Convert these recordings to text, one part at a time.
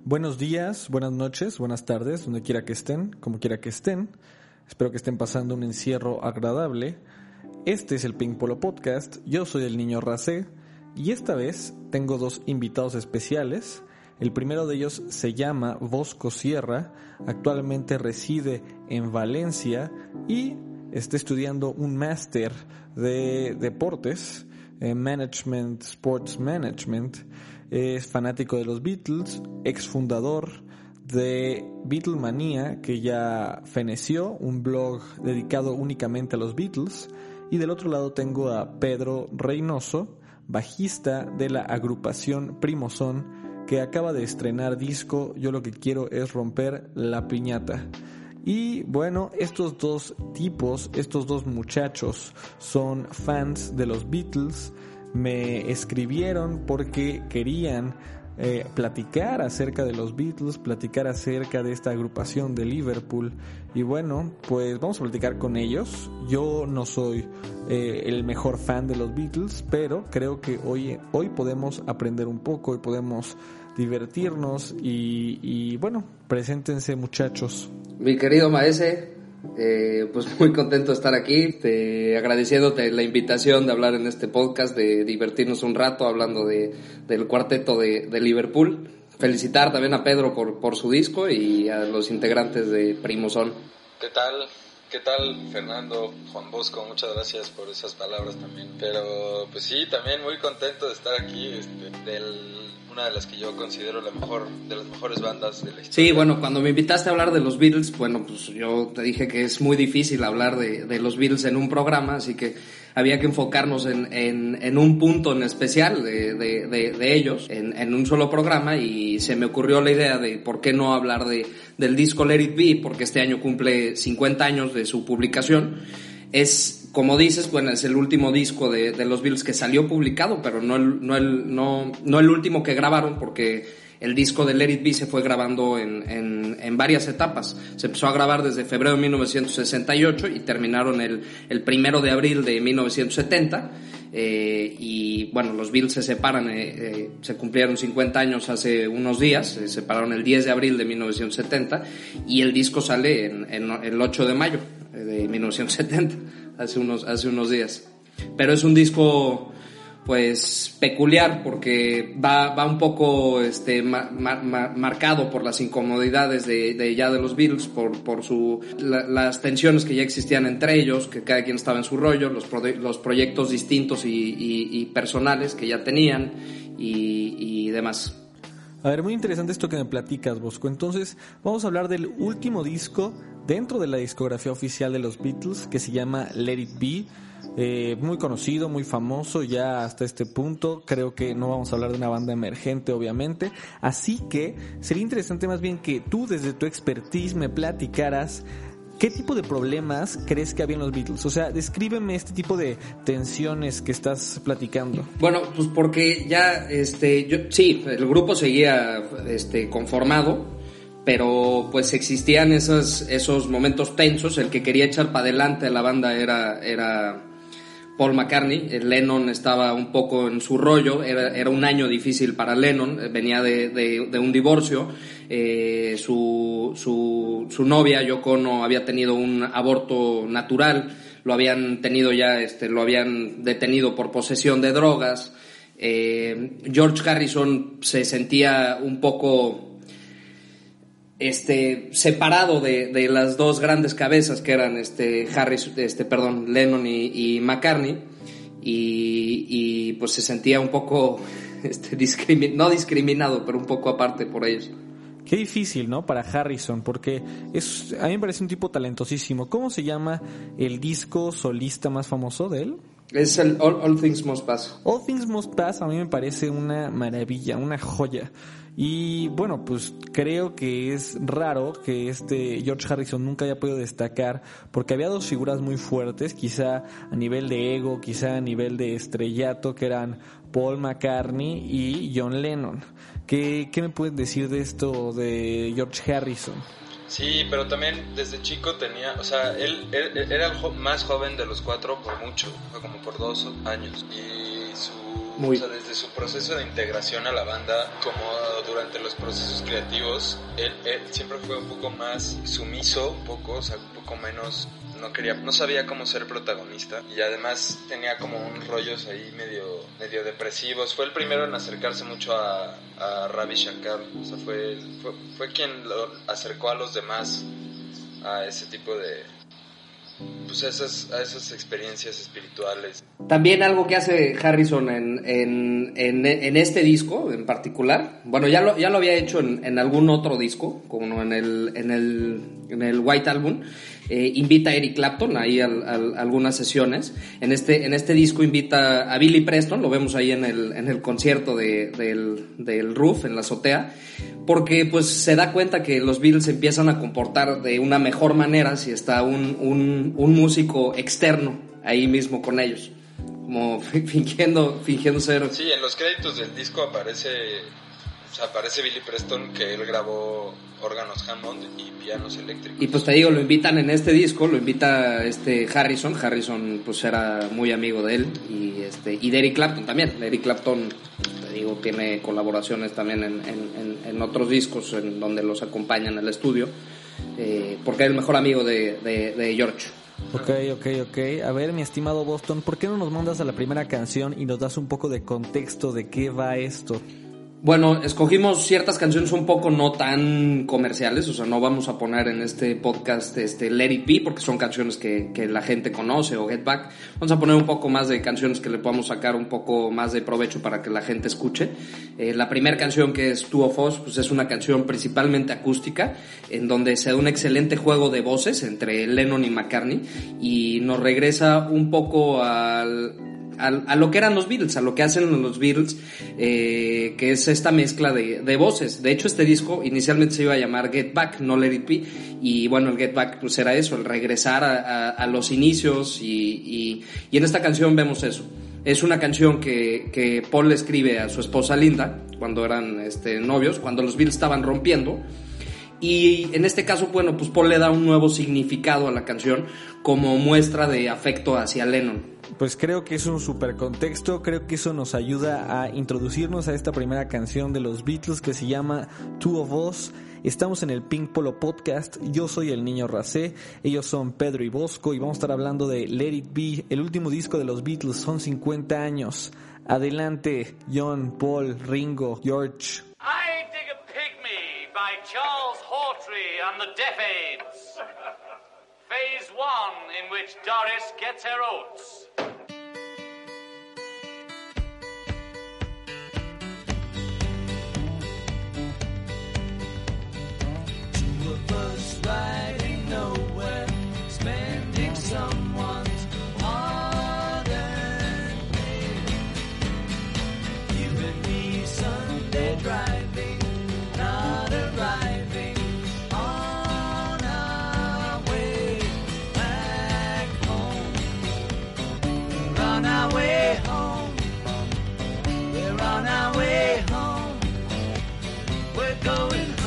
Buenos días, buenas noches, buenas tardes, donde quiera que estén, como quiera que estén. Espero que estén pasando un encierro agradable. Este es el Pink Polo Podcast, yo soy el niño Racé y esta vez tengo dos invitados especiales. El primero de ellos se llama Bosco Sierra, actualmente reside en Valencia y está estudiando un máster de deportes, Management, Sports Management. Es fanático de los Beatles, exfundador de Beatlemania, que ya feneció, un blog dedicado únicamente a los Beatles. Y del otro lado tengo a Pedro Reynoso, bajista de la agrupación Primozón, que acaba de estrenar disco Yo lo que quiero es romper la piñata. Y bueno, estos dos tipos, estos dos muchachos son fans de los Beatles. Me escribieron porque querían platicar acerca de los Beatles, platicar acerca de esta agrupación de Liverpool. Y bueno, pues vamos a platicar con ellos. Yo no soy el mejor fan de los Beatles, pero creo que hoy podemos aprender un poco y podemos divertirnos. Y bueno, preséntense, muchachos. Mi querido Maese, pues muy contento de estar aquí, agradeciéndote la invitación de hablar en este podcast, de divertirnos un rato hablando del cuarteto de Liverpool. Felicitar también a Pedro por su disco y a los integrantes de Primozón. ¿Qué tal, Fernando, Juan Bosco? Muchas gracias por esas palabras también. Pero pues sí, también muy contento de estar aquí, una de las que yo considero de las mejores bandas de la historia. Sí, bueno, cuando me invitaste a hablar de los Beatles, bueno, pues yo te dije que es muy difícil hablar de los Beatles en un programa, así que había que enfocarnos en un punto en especial de ellos, en un solo programa, y se me ocurrió la idea de por qué no hablar del disco Let It Be, porque este año cumple 50 años de su publicación. Es, como dices, bueno, es el último disco de los Beatles que salió publicado, pero no el último que grabaron, porque el disco de Let It Be se fue grabando en varias etapas. Se empezó a grabar desde febrero de 1968 y terminaron el 1 de abril de 1970. Y bueno, los Beatles se separan, se cumplieron 50 años hace unos días, se separaron el 10 de abril de 1970 y el disco sale el 8 de mayo de 1970, hace unos días. Pero es un disco pues peculiar porque va un poco marcado por las incomodidades de los Beatles, por las tensiones que ya existían entre ellos, que cada quien estaba en su rollo, los proyectos distintos y personales que ya tenían y demás. A ver, muy interesante esto que me platicas, Bosco. Entonces, vamos a hablar del último disco dentro de la discografía oficial de los Beatles, que se llama Let It Be. Muy conocido, muy famoso ya hasta este punto. Creo que no vamos a hablar de una banda emergente, obviamente. Así que sería interesante más bien que tú, desde tu expertise, me platicaras ¿qué tipo de problemas crees que había en los Beatles? O sea, descríbeme este tipo de tensiones que estás platicando. Bueno, pues porque ya, sí, el grupo seguía, conformado, pero pues existían esos momentos tensos. El que quería echar para adelante a la banda era Paul McCartney. Lennon estaba un poco en su rollo, era un año difícil para Lennon, venía de un divorcio. Su novia Yoko Ono había tenido un aborto natural, lo habían tenido ya, lo habían detenido por posesión de drogas. George Harrison se sentía un poco separado de las dos grandes cabezas que eran Lennon y McCartney, y pues se sentía un poco no discriminado, pero un poco aparte por ellos. Qué difícil, ¿no? Para Harrison, porque a mí me parece un tipo talentosísimo. ¿Cómo se llama el disco solista más famoso de él? Es el All Things Must Pass. All Things Must Pass a mí me parece una maravilla, una joya. Y bueno, pues creo que es raro que George Harrison nunca haya podido destacar, porque había dos figuras muy fuertes, quizá a nivel de ego, quizá a nivel de estrellato, que eran Paul McCartney y John Lennon. ¿Qué me puedes decir de esto de George Harrison? Sí, pero también desde chico tenía, o sea, él era el más joven de los cuatro por mucho, como por 2 años, y O sea, desde su proceso de integración a la banda, como durante los procesos creativos, él siempre fue un poco más sumiso, un poco menos, no sabía cómo ser protagonista, y además tenía como unos rollos ahí medio depresivos. Fue el primero en acercarse mucho a Ravi Shankar, o sea, fue quien lo acercó a los demás a ese tipo de, pues a esas experiencias espirituales. También algo que hace Harrison en este disco en particular, bueno, ya lo había hecho en algún otro disco, como en el White Album. Invita a Eric Clapton ahí a algunas sesiones. En este disco invita a Billy Preston, lo vemos ahí en el concierto del Roof, en la azotea, porque pues se da cuenta que los Beatles empiezan a comportar de una mejor manera si está un músico externo ahí mismo con ellos, como fingiendo ser... Sí, en los créditos del disco aparece Billy Preston, que él grabó órganos Hammond y pianos eléctricos. Y pues te digo, lo invitan en este disco, lo invita Harrison pues era muy amigo de él, y de Eric Clapton también. Eric Clapton, te digo, tiene colaboraciones también en otros discos en donde los acompaña en el estudio, porque es el mejor amigo de George. Ok. A ver, mi estimado Boston, ¿por qué no nos mandas a la primera canción y nos das un poco de contexto de qué va esto? Bueno, escogimos ciertas canciones un poco no tan comerciales, o sea, no vamos a poner en este podcast Let It Be, porque son canciones que la gente conoce, o Get Back. Vamos a poner un poco más de canciones que le podamos sacar un poco más de provecho para que la gente escuche. La primera canción, que es Two of Us, pues es una canción principalmente acústica, en donde se da un excelente juego de voces entre Lennon y McCartney, y nos regresa un poco a lo que eran los Beatles, a lo que hacen los Beatles, que es esta mezcla de voces. De hecho, este disco inicialmente se iba a llamar Get Back, no Let It Be, y bueno, el Get Back pues era eso, el regresar a los inicios, y en esta canción vemos eso. Es una canción que Paul le escribe a su esposa Linda cuando eran novios, cuando los Beatles estaban rompiendo. Y en este caso, bueno, pues Paul le da un nuevo significado a la canción como muestra de afecto hacia Lennon. Pues creo que es un super contexto, creo que eso nos ayuda a introducirnos a esta primera canción de los Beatles que se llama Two of Us. Estamos en el Pink Polo Podcast, yo soy el Niño Racé, ellos son Pedro y Bosco, y vamos a estar hablando de Let It Be, el último disco de los Beatles, son 50 años. Adelante, John, Paul, Ringo, George. I Dig a Pygmy by Charles Hawtrey and the Deaf Aids. Phase 1, in which Doris gets her oats. Two of us riding nowhere, spending someone's hard-earned pay. You and me Sunday driving, not arriving on our way back home. We're on our way home. We're on our way home. We're going home.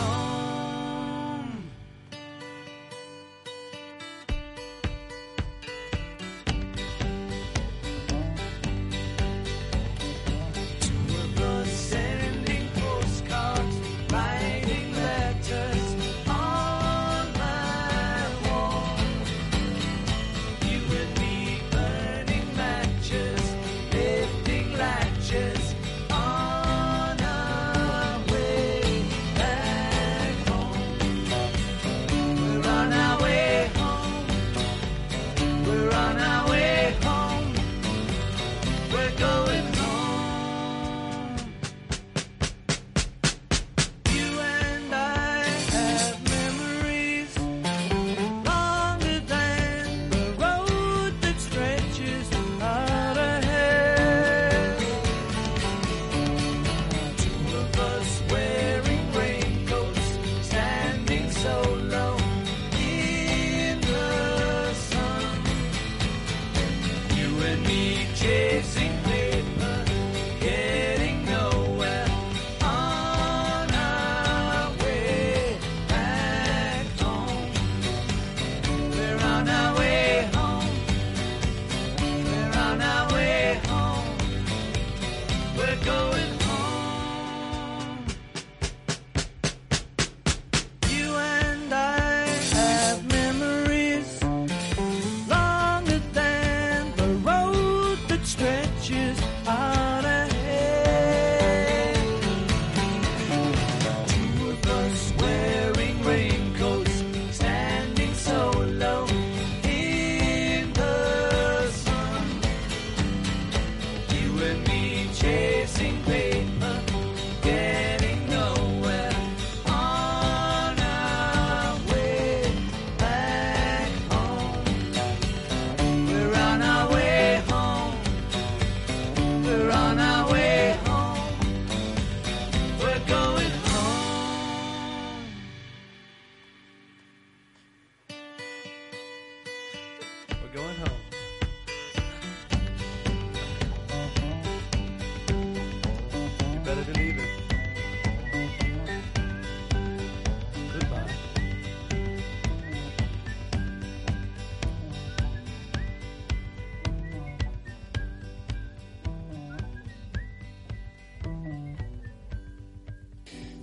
Sending postcards, writing letters on my wall. You and me burning matches, lifting latches on our way back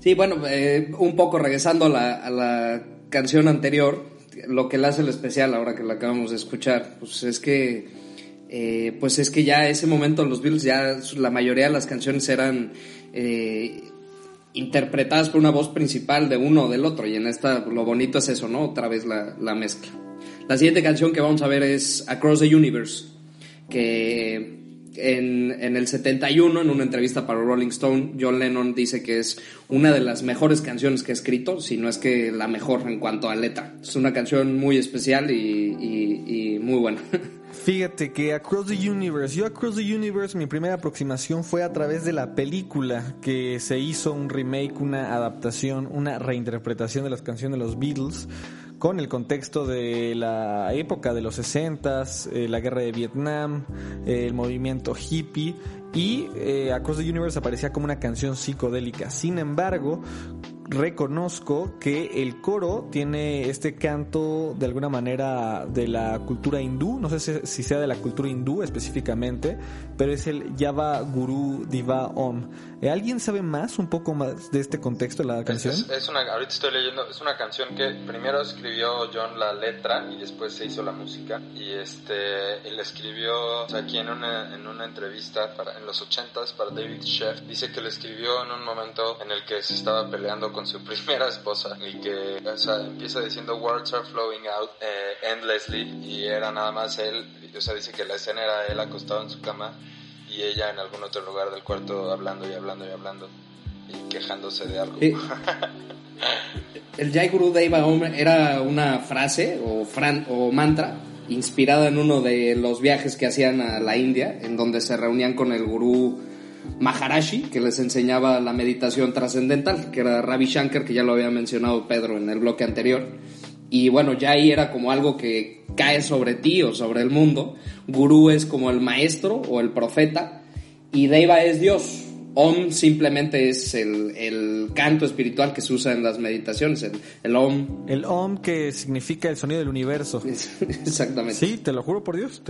Sí, bueno, un poco regresando a la canción anterior, lo que le hace el especial ahora que la acabamos de escuchar, pues es que ya ese momento los Beatles, ya la mayoría de las canciones eran interpretadas por una voz principal de uno o del otro, y en esta lo bonito es eso, ¿no? Otra vez la mezcla. La siguiente canción que vamos a ver es Across the Universe, que en el 71, en una entrevista para Rolling Stone, John Lennon dice que es una de las mejores canciones que ha escrito, si no es que la mejor en cuanto a letra. Es una canción muy especial y muy buena. Fíjate que Across the Universe, mi primera aproximación fue a través de la película, que se hizo un remake, una adaptación, una reinterpretación de las canciones de los Beatles, con el contexto de la época de los 60s, la guerra de Vietnam, el movimiento hippie, y Across the Universe aparecía como una canción psicodélica. Sin embargo, reconozco que el coro tiene este canto de alguna manera de la cultura hindú, no sé si sea de la cultura hindú específicamente, pero es el Yava Guru Diva Om. ¿Alguien sabe un poco más de este contexto de la canción? Ahorita estoy leyendo, es una canción que primero escribió John la letra y después se hizo la música, y la escribió, o sea, aquí en una entrevista en los 80s para David Sheff, dice que lo escribió en un momento en el que se estaba peleando con su primera esposa, y que, o sea, empieza diciendo words are flowing out endlessly, y era nada más él, o sea, dice que la escena era él acostado en su cama y ella en algún otro lugar del cuarto hablando y quejándose de algo. El Jai Guru Deva Om era una frase o mantra inspirada en uno de los viajes que hacían a la India, en donde se reunían con el gurú Maharashi, que les enseñaba la meditación trascendental, que era Ravi Shankar, que ya lo había mencionado Pedro en el bloque anterior. Y bueno, ya ahí era como algo que cae sobre ti o sobre el mundo. Gurú es como el maestro o el profeta, y Deva es Dios. Om simplemente es el canto espiritual que se usa en las meditaciones, el Om. El Om, que significa el sonido del universo. Exactamente. Sí, te lo juro por Dios.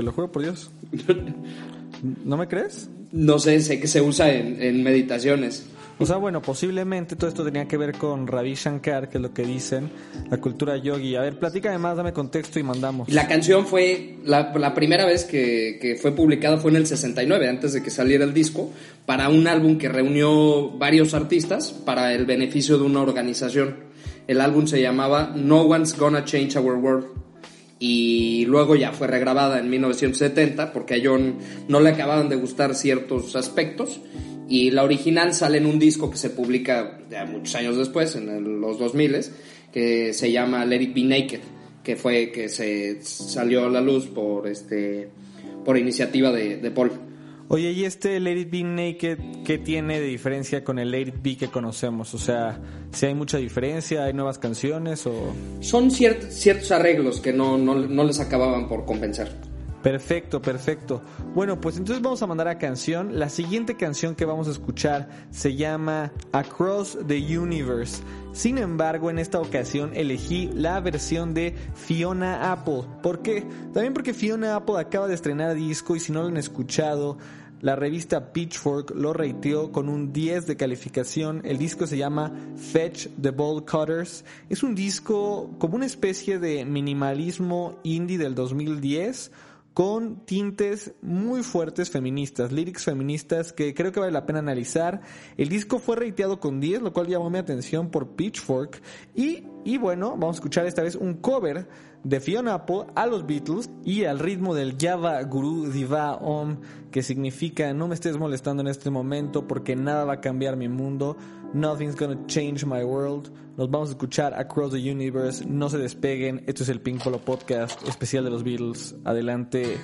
¿No me crees? No sé que se usa en meditaciones. O sea, bueno, posiblemente todo esto tenía que ver con Ravi Shankar, que es lo que dicen, la cultura yogi. A ver, platícame más, dame contexto y mandamos. La canción fue, la primera vez que fue publicada fue en el 69, antes de que saliera el disco, para un álbum que reunió varios artistas para el beneficio de una organización. El álbum se llamaba No One's Gonna Change Our World. Y luego ya fue regrabada en 1970 porque a John no le acababan de gustar ciertos aspectos, y la original sale en un disco que se publica ya muchos años después, en los 2000, que se llama Let It Be Naked, que se salió a la luz por iniciativa de Paul. Oye, ¿y Let It Be Naked qué tiene de diferencia con el Let It Be que conocemos? O sea, ¿si hay mucha diferencia? ¿Hay nuevas canciones? O son ciertos arreglos que no les acababan por compensar. Perfecto. Bueno, pues entonces vamos a mandar a canción. La siguiente canción que vamos a escuchar se llama Across the Universe. Sin embargo, en esta ocasión elegí la versión de Fiona Apple. ¿Por qué? También porque Fiona Apple acaba de estrenar disco, y si no lo han escuchado, la revista Pitchfork lo rateó con un 10 de calificación. El disco se llama Fetch the Bolt Cutters. Es un disco como una especie de minimalismo indie del 2010, con tintes muy fuertes feministas, lyrics feministas que creo que vale la pena analizar. El disco fue rateado con 10, lo cual llamó mi atención por Pitchfork. Y bueno, vamos a escuchar esta vez un cover de Fiona Apple a los Beatles, y al ritmo del Yava Guru Diva Om, que significa no me estés molestando en este momento porque nada va a cambiar mi mundo. Nothing's gonna change my world. Nos vamos a escuchar Across the Universe. No se despeguen. Esto es el Pink Polo Podcast especial de los Beatles. Adelante.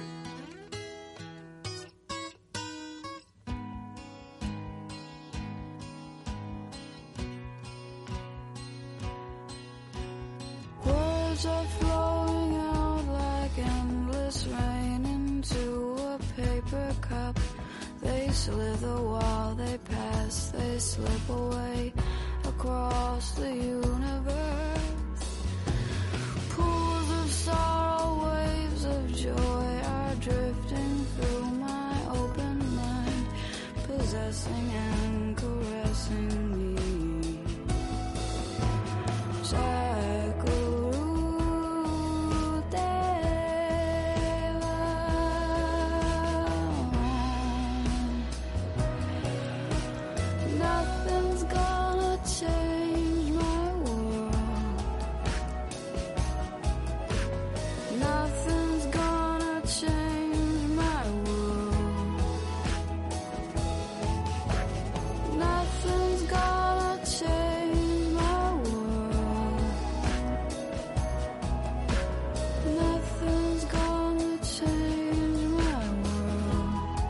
Words are flowing out like endless rain into a paper cup. They slither while they pass, they slip away across the universe. Pools of sorrow, waves of joy are drifting through my open mind, possessing and caressing me. Nothing's gonna change my world. Nothing's gonna change my world. Nothing's gonna change my world. Nothing's gonna change my world.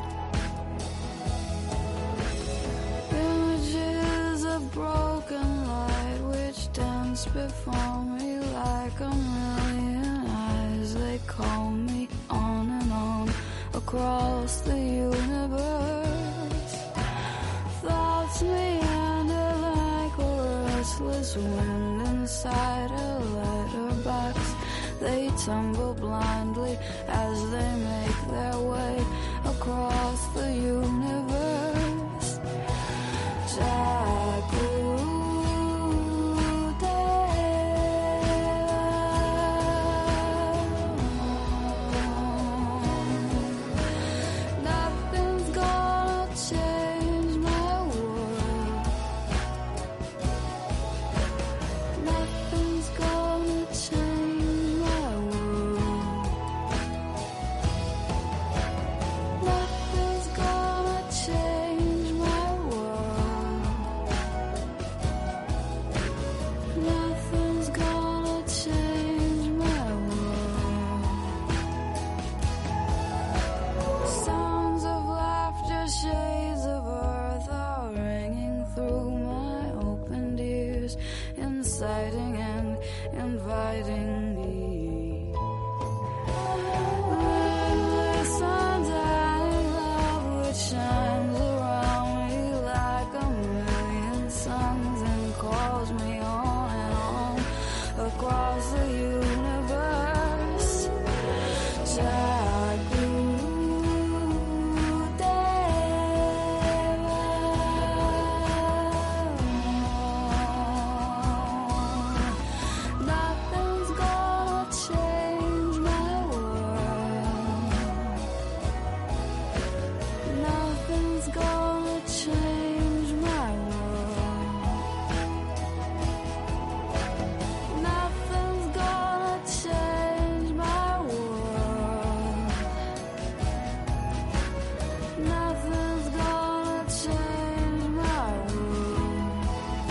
Images of broken light which dance before me like a million eyes. They call me on and on across the universe. Thoughts meander like a restless wind inside a letterbox. They tumble blindly as they make their way across the universe. Nothing's gonna change my world. Nothing's gonna change my world. Nothing's gonna change my world. Nothing's gonna change my world. Sounds of laughter, shades of earth are ringing through my opened ears, inciting and inviting me. Endless undying love which shines around me like a million suns and calls me on and on across the universe. Nothing's gonna change my world. Nothing's gonna change my world. Nothing's gonna change my world. Nothing's gonna change my world.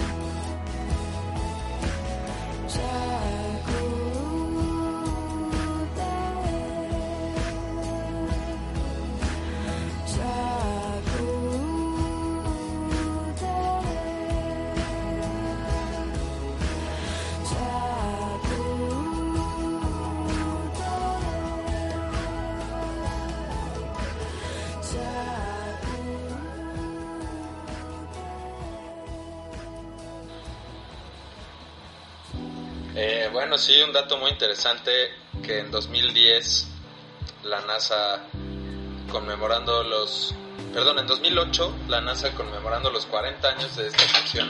Bueno, sí, un dato muy interesante que en 2010 la NASA conmemorando en 2008 la NASA conmemorando los 40 años de esta canción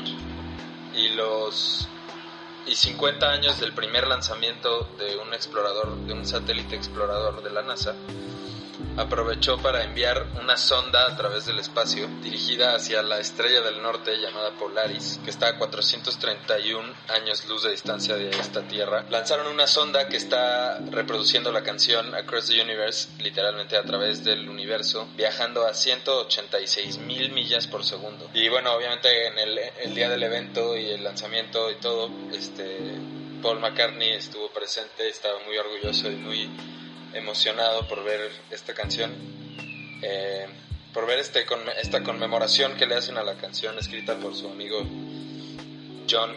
y 50 años del primer lanzamiento de un satélite explorador de la NASA, aprovechó para enviar una sonda a través del espacio dirigida hacia la estrella del norte llamada Polaris, que está a 431 años luz de distancia de esta Tierra. Lanzaron una sonda que está reproduciendo la canción Across the Universe, literalmente a través del universo, viajando a 186,000 millas por segundo. Y bueno, obviamente en el día del evento y el lanzamiento y todo, Paul McCartney estuvo presente, estaba muy orgulloso y muy emocionado por ver esta canción, por ver esta conmemoración que le hacen a la canción escrita por su amigo John,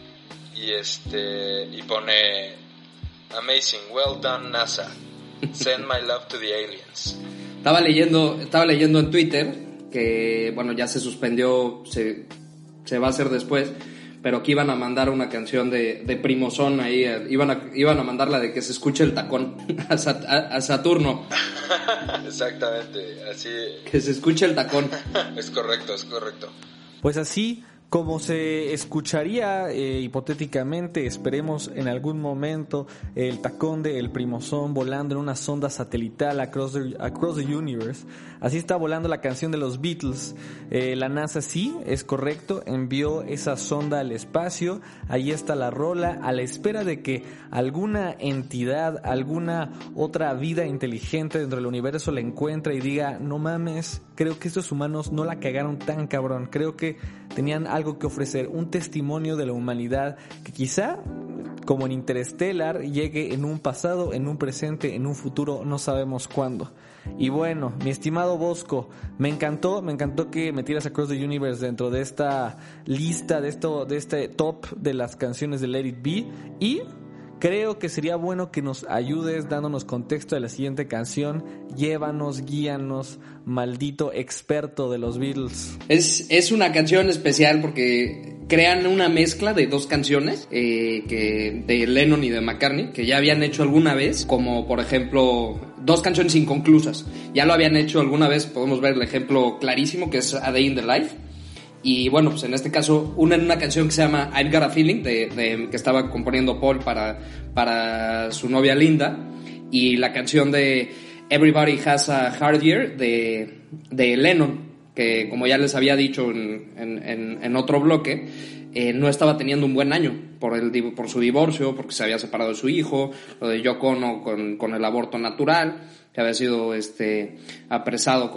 y pone amazing, well done NASA, send my love to the aliens. Estaba leyendo en Twitter que bueno, ya se suspendió, se va a hacer después, pero que iban a mandar una canción de Primozón ahí, iban a mandarla de que se escuche el tacón a Saturno. Exactamente, así. Que se escuche el tacón. Es correcto. Pues así Como se escucharía hipotéticamente, esperemos en algún momento el tacón de El Primozón volando en una sonda satelital across the universe. Así está volando la canción de los Beatles. La NASA, sí, es correcto, envió esa sonda al espacio. Ahí está la rola, a la espera de que alguna entidad, alguna otra vida inteligente dentro del universo la encuentre y diga: no mames, creo que estos humanos no la cagaron tan cabrón, creo que tenían algo que ofrecer, un testimonio de la humanidad que quizá, como en Interstellar, llegue en un pasado, en un presente, en un futuro, no sabemos cuándo. Y bueno, mi estimado Bosco, me encantó que metieras Across the Universe dentro de esta lista, de este top de las canciones de Let It Be, y creo que sería bueno que nos ayudes dándonos contexto de la siguiente canción. Llévanos, guíanos, maldito experto de los Beatles. Es una canción especial porque crean una mezcla de dos canciones de Lennon y de McCartney, que ya habían hecho alguna vez, como por ejemplo dos canciones inconclusas. Ya lo habían hecho alguna vez, podemos ver el ejemplo clarísimo, que es A Day in the Life. Y bueno, pues en este caso una canción que se llama I've Got a Feeling, que estaba componiendo Paul para su novia Linda, y la canción de Everybody Has a Hard Year de Lennon, que como ya les había dicho en otro bloque, no estaba teniendo un buen año por su divorcio, porque se había separado de su hijo, lo de Yoko Ono con el aborto natural, que había sido apresado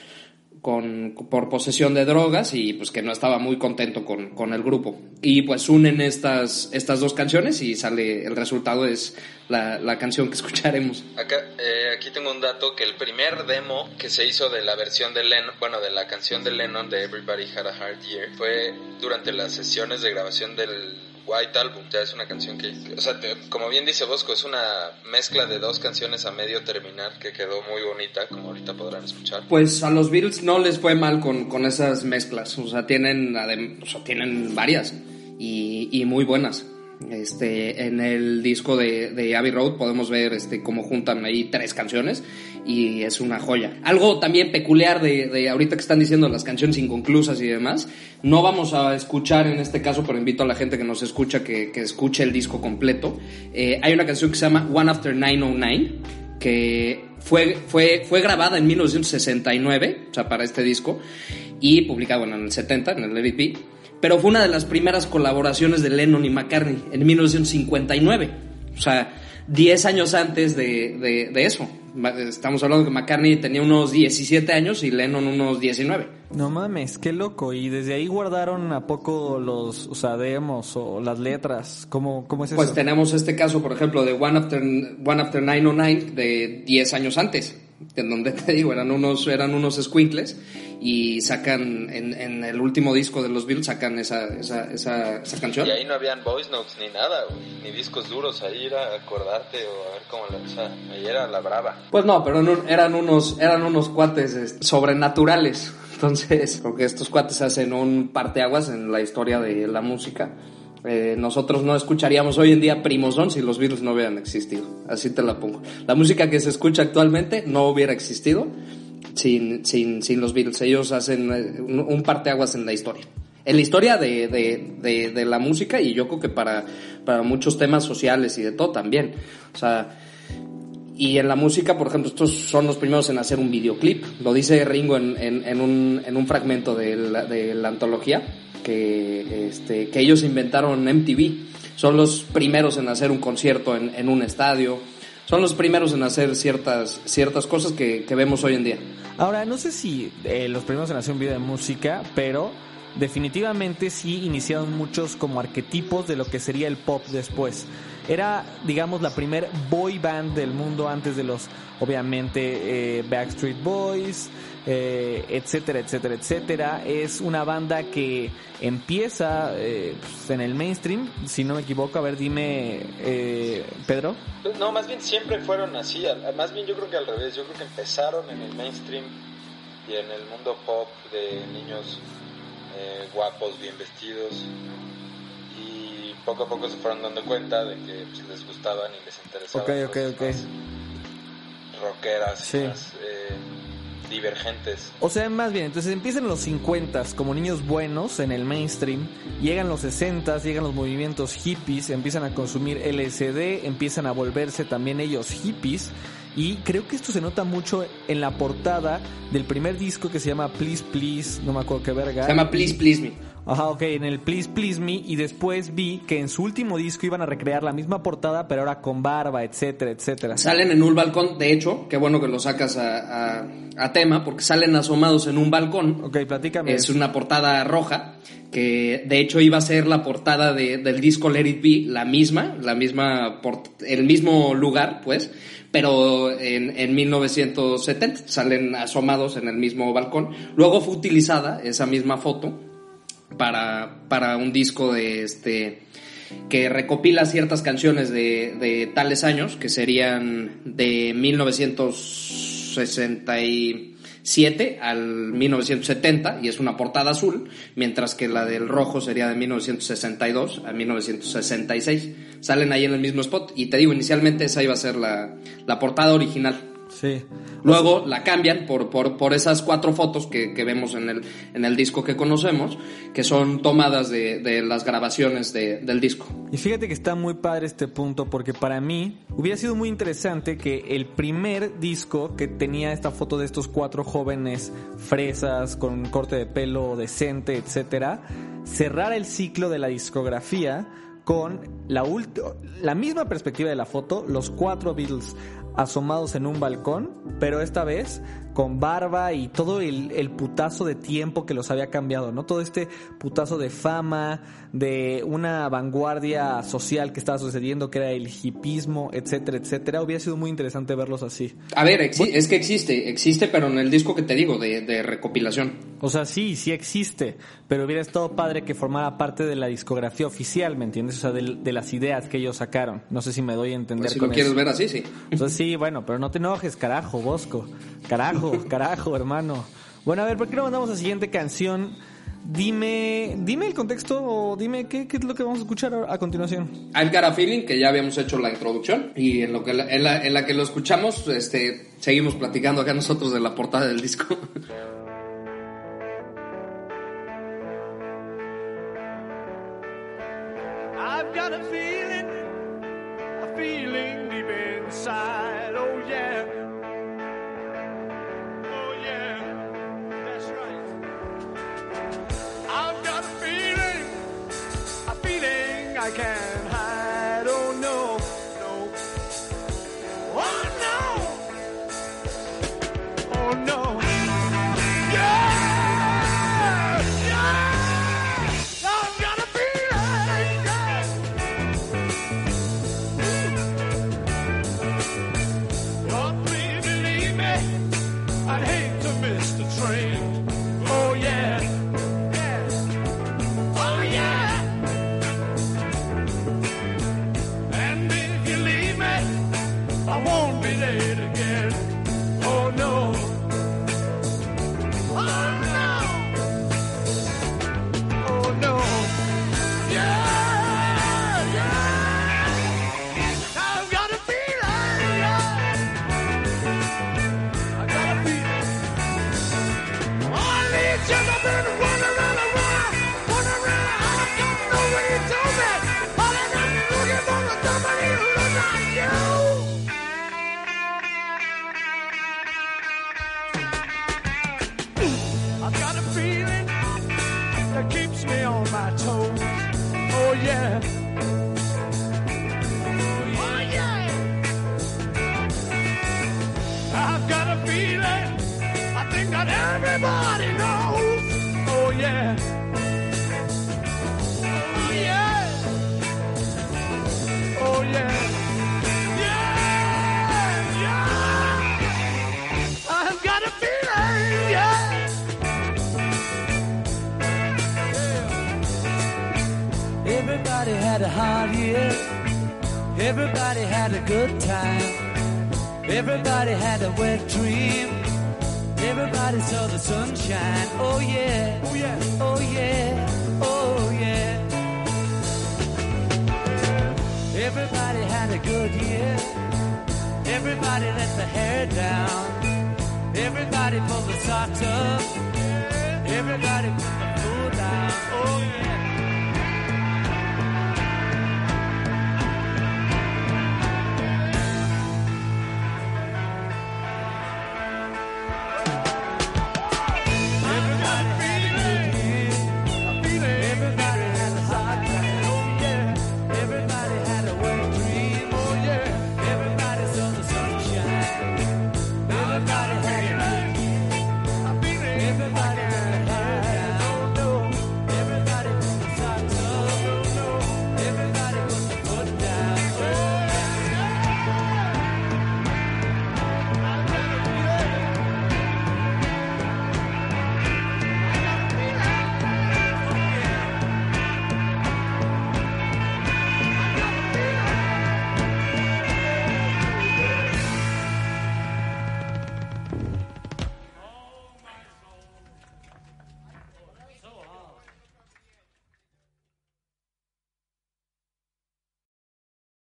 por posesión de drogas, y pues que no estaba muy contento con el grupo. Y pues unen estas dos canciones y sale, el resultado es la canción que escucharemos. Aquí tengo un dato, que el primer demo que se hizo de la versión de Lennon, bueno, de la canción de Lennon de Everybody Had a Hard Year, fue durante las sesiones de grabación del White Album. Ya es una canción que, o sea, como bien dice Bosco, es una mezcla de dos canciones a medio terminar que quedó muy bonita, como ahorita podrán escuchar. Pues a los Beatles no les fue mal con esas mezclas, o sea, tienen varias y muy buenas. En el disco de Abbey Road podemos ver cómo juntan ahí 3 canciones y es una joya. Algo también peculiar de ahorita que están diciendo las canciones inconclusas y demás, no vamos a escuchar en este caso, pero invito a la gente que nos escucha que escuche el disco completo. Hay una canción que se llama One After 909, que fue grabada en 1969, o sea, para este disco, y publicada en el 70, en el Let It Be. Pero fue una de las primeras colaboraciones de Lennon y McCartney en 1959. O sea, 10 años antes de eso. Estamos hablando que McCartney tenía unos 17 años y Lennon unos 19. No mames, qué loco. ¿Y desde ahí guardaron a poco los demos o las letras? ¿Cómo es eso? Pues tenemos este caso, por ejemplo, de One After 909 de 10 años antes, en donde te digo, eran unos squinkles, y sacan en el último disco de los Beatles sacan esa canción. Y ahí no habían voice notes ni nada, güey, ni discos duros, ahí era acordarte o a ver cómo ahí era la brava. Pues no, pero eran unos cuates sobrenaturales. Entonces, porque estos cuates hacen un parteaguas en la historia de la música. Nosotros no escucharíamos hoy en día Primozón si los Beatles no hubieran existido. Así te la pongo. La música que se escucha actualmente no hubiera existido sin los Beatles. Ellos hacen un parteaguas en la historia. En la historia de la música, y yo creo que para muchos temas sociales y de todo también. O sea, y en la música, por ejemplo, estos son los primeros en hacer un videoclip. Lo dice Ringo en un fragmento de la antología, que ellos inventaron MTV. Son los primeros en hacer un concierto en un estadio. Son los primeros en hacer ciertas cosas que vemos hoy en día. Ahora, no sé si los primeros en hacer un video de música, pero definitivamente sí iniciaron muchos como arquetipos de lo que sería el pop después. Era, digamos, la primer boy band del mundo antes de los, obviamente, Backstreet Boys, etcétera, etcétera, etcétera. Es una banda que empieza pues, en el mainstream, si no me equivoco. A ver, dime, Pedro. No, más bien siempre fueron así. Más bien yo creo que al revés. Yo creo que empezaron en el mainstream y en el mundo pop de niños guapos, bien vestidos, y poco a poco se fueron dando cuenta de que pues, les gustaban y les interesaban okay. más rockeras, sí. más divergentes. O sea, más bien, entonces empiezan los 50s como niños buenos en el mainstream, llegan los 60s, llegan los movimientos hippies, empiezan a consumir LSD, empiezan a volverse también ellos hippies, y creo que esto se nota mucho en la portada del primer disco que se llama Please Please, no me acuerdo qué verga. Se llama Please Please Me. Ajá, ok, en el Please Please Me, y después vi que en su último disco iban a recrear la misma portada, pero ahora con barba, etcétera, etcétera. Salen en un balcón, de hecho, qué bueno que lo sacas a tema, porque salen asomados en un balcón. Ok, platícame. Es una portada roja, que de hecho iba a ser la portada del disco Let It Be, el mismo lugar, pues, pero en 1970 salen asomados en el mismo balcón. Luego fue utilizada esa misma foto para un disco que recopila ciertas canciones de tales años, que serían de 1967 al 1970, y es una portada azul, mientras que la del rojo sería de 1962 a 1966. Salen ahí en el mismo spot, y te digo, inicialmente esa iba a ser la portada original. Sí. Luego la cambian por esas 4 fotos que vemos en el disco que conocemos, que son tomadas de las grabaciones del disco. Y fíjate que está muy padre este punto, porque para mí hubiera sido muy interesante que el primer disco que tenía esta foto de estos 4 jóvenes fresas con un corte de pelo decente, etcétera, cerrara el ciclo de la discografía con la misma perspectiva de la foto, los 4 Beatles asomados en un balcón, pero esta vez con barba y todo el putazo de tiempo que los había cambiado, ¿no? Todo este putazo de fama, de una vanguardia social que estaba sucediendo, que era el hipismo, etcétera, etcétera. Hubiera sido muy interesante verlos así. A ver, es que existe, pero en el disco que te digo, de recopilación. O sea, sí existe, pero hubiera estado padre que formara parte de la discografía oficial, ¿me entiendes? O sea, de las ideas que ellos sacaron. No sé si me doy a entender Pues si con lo quieres eso. ver así, sí. O sea, sí, bueno, pero no te enojes, carajo, Bosco. Carajo, hermano. Bueno, a ver, ¿por qué no mandamos a la siguiente canción? Dime el contexto, o dime qué es lo que vamos a escuchar a continuación. I've Got a Feeling, que ya habíamos hecho la introducción, y en la que lo escuchamos, seguimos platicando acá nosotros de la portada del disco. I've got a feeling deep inside, oh yeah. Oh yeah, that's right. I've got a feeling I can't hide, oh no, no. Oh no, oh no. Yeah, yeah, I've got a feeling, yeah. Oh, please believe me, I'd hate to miss the train. Oh yeah, yeah, oh yeah. And if you leave me, I won't be late again. Oh no, oh no, oh no. Yeah, yeah. I've got a feeling, yeah. I got a feeling. All these years I've been running around, I've got nobody to me. All I'm looking for is somebody who looks like you. I've got a feeling that keeps me on my toes. Oh yeah. Oh yeah. I've got a feeling I think that everybody knows. Oh yeah. Oh yeah. Oh yeah. Yeah, yeah. I've got a feeling, yeah. Everybody had a hard year. Everybody had a good time. Everybody had a wet dream. Everybody saw the sunshine. Oh yeah. Oh yeah. Oh yeah. Oh yeah. Everybody had a good year. Everybody let the hair down. Everybody pull the socks up. Everybody put the